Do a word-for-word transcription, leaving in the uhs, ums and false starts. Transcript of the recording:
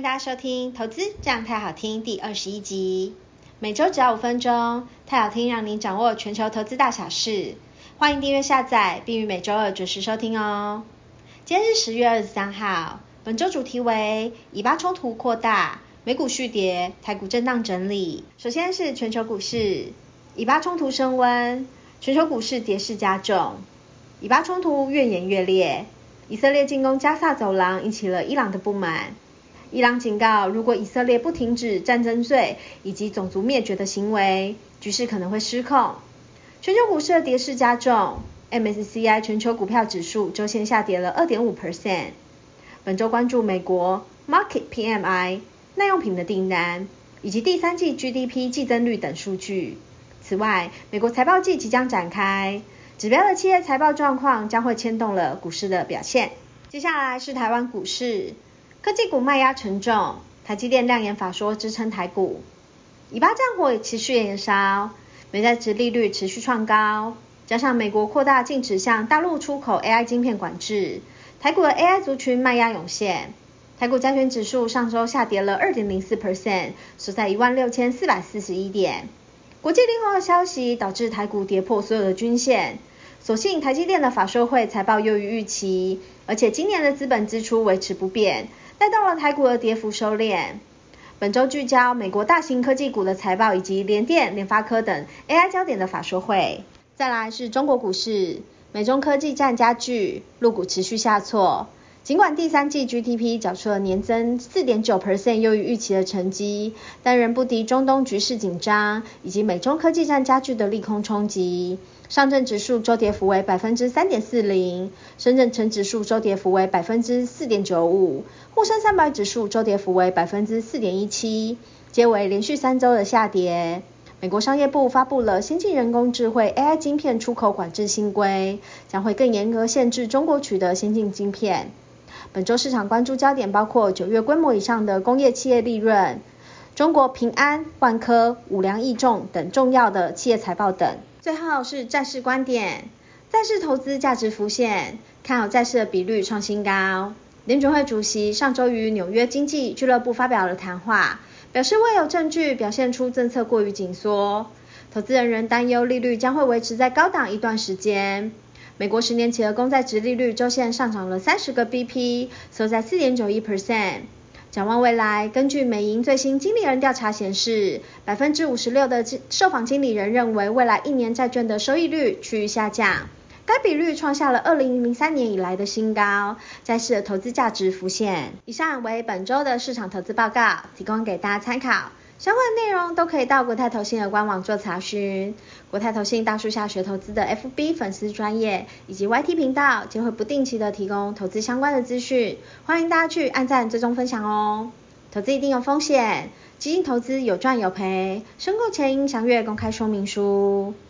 大家收听投资这样太好听第二十一集，每周只要五分钟，太好听让您掌握全球投资大小事。欢迎订阅下载，并于每周二准时收听哦。今天是十月二十三号，本周主题为以巴冲突扩大，美股续跌，台股震荡整理。首先是全球股市，以巴冲突升温，全球股市跌势加重，以巴冲突越演越烈，以色列进攻加萨走廊引起了伊朗的不满。伊朗警告，如果以色列不停止战争罪以及种族灭绝的行为，局势可能会失控。全球股市的跌势加重， M S C I 全球股票指数周线下跌了 百分之二点五。 本周关注美国 Market P M I、 耐用品的订单以及第三季 G D P 季增率等数据。此外，美国财报季即将展开，指标的企业财报状况将会牵动了股市的表现。接下来是台湾股市，科技股卖压沉重，台积电亮眼法说支撑台股。以巴战火持续延烧，美债殖利率持续创高，加上美国扩大禁止向大陆出口 A I 晶片管制，台股的 A I 族群卖压涌现。台股加权指数上周下跌了 百分之二点零四， 收在一万六千四百四十一点。国际利空的消息导致台股跌破所有的均线，所幸台积电的法说会财报优于预期，而且今年的资本支出维持不变，带动了台股的跌幅收敛。本周聚焦美国大型科技股的财报以及联电、联发科等 A I 焦点的法说会。再来是中国股市，美中科技战加剧，陆股持续下挫。尽管第三季 G D P 缴出了年增 百分之四点九 优于预期的成绩，但仍不敌中东局势紧张以及美中科技战加剧的利空冲击。上证指数周跌幅为 百分之三点四零， 深圳成指数周跌幅为 百分之四点九五， 沪深三百指数周跌幅为 百分之四点一七， 皆为连续三周的下跌。美国商业部发布了先进人工智慧 A I 晶片出口管制新规，将会更严格限制中国取得先进晶片。本周市场关注焦点包括九月规模以上的工业企业利润、中国平安、万科、五粮液重等重要的企业财报等。最后是债市观点，债市投资价值浮现，看好债市的比率创新高。联准会主席上周于纽约经济俱乐部发表了谈话，表示未有证据表现出政策过于紧缩，投资人仍担忧利率将会维持在高档一段时间。美国十年期的公债殖利率周线上涨了三十个 B P， 收在 四点九一。展望未来，根据美银最新经理人调查显示， 百分之五十六 的受访经理人认为未来一年债券的收益率趋于下降，该比率创下了二零零三年以来的新高，债市的投资价值浮现。以上为本周的市场投资报告，提供给大家参考，相关的内容都可以到国泰投信的官网做查询。国泰投信大树下学投资的 F B 粉丝专页以及 Y T 频道皆会不定期的提供投资相关的资讯，欢迎大家去按赞追踪分享哦。投资一定有风险，基金投资有赚有赔，申购前应详阅公开说明书。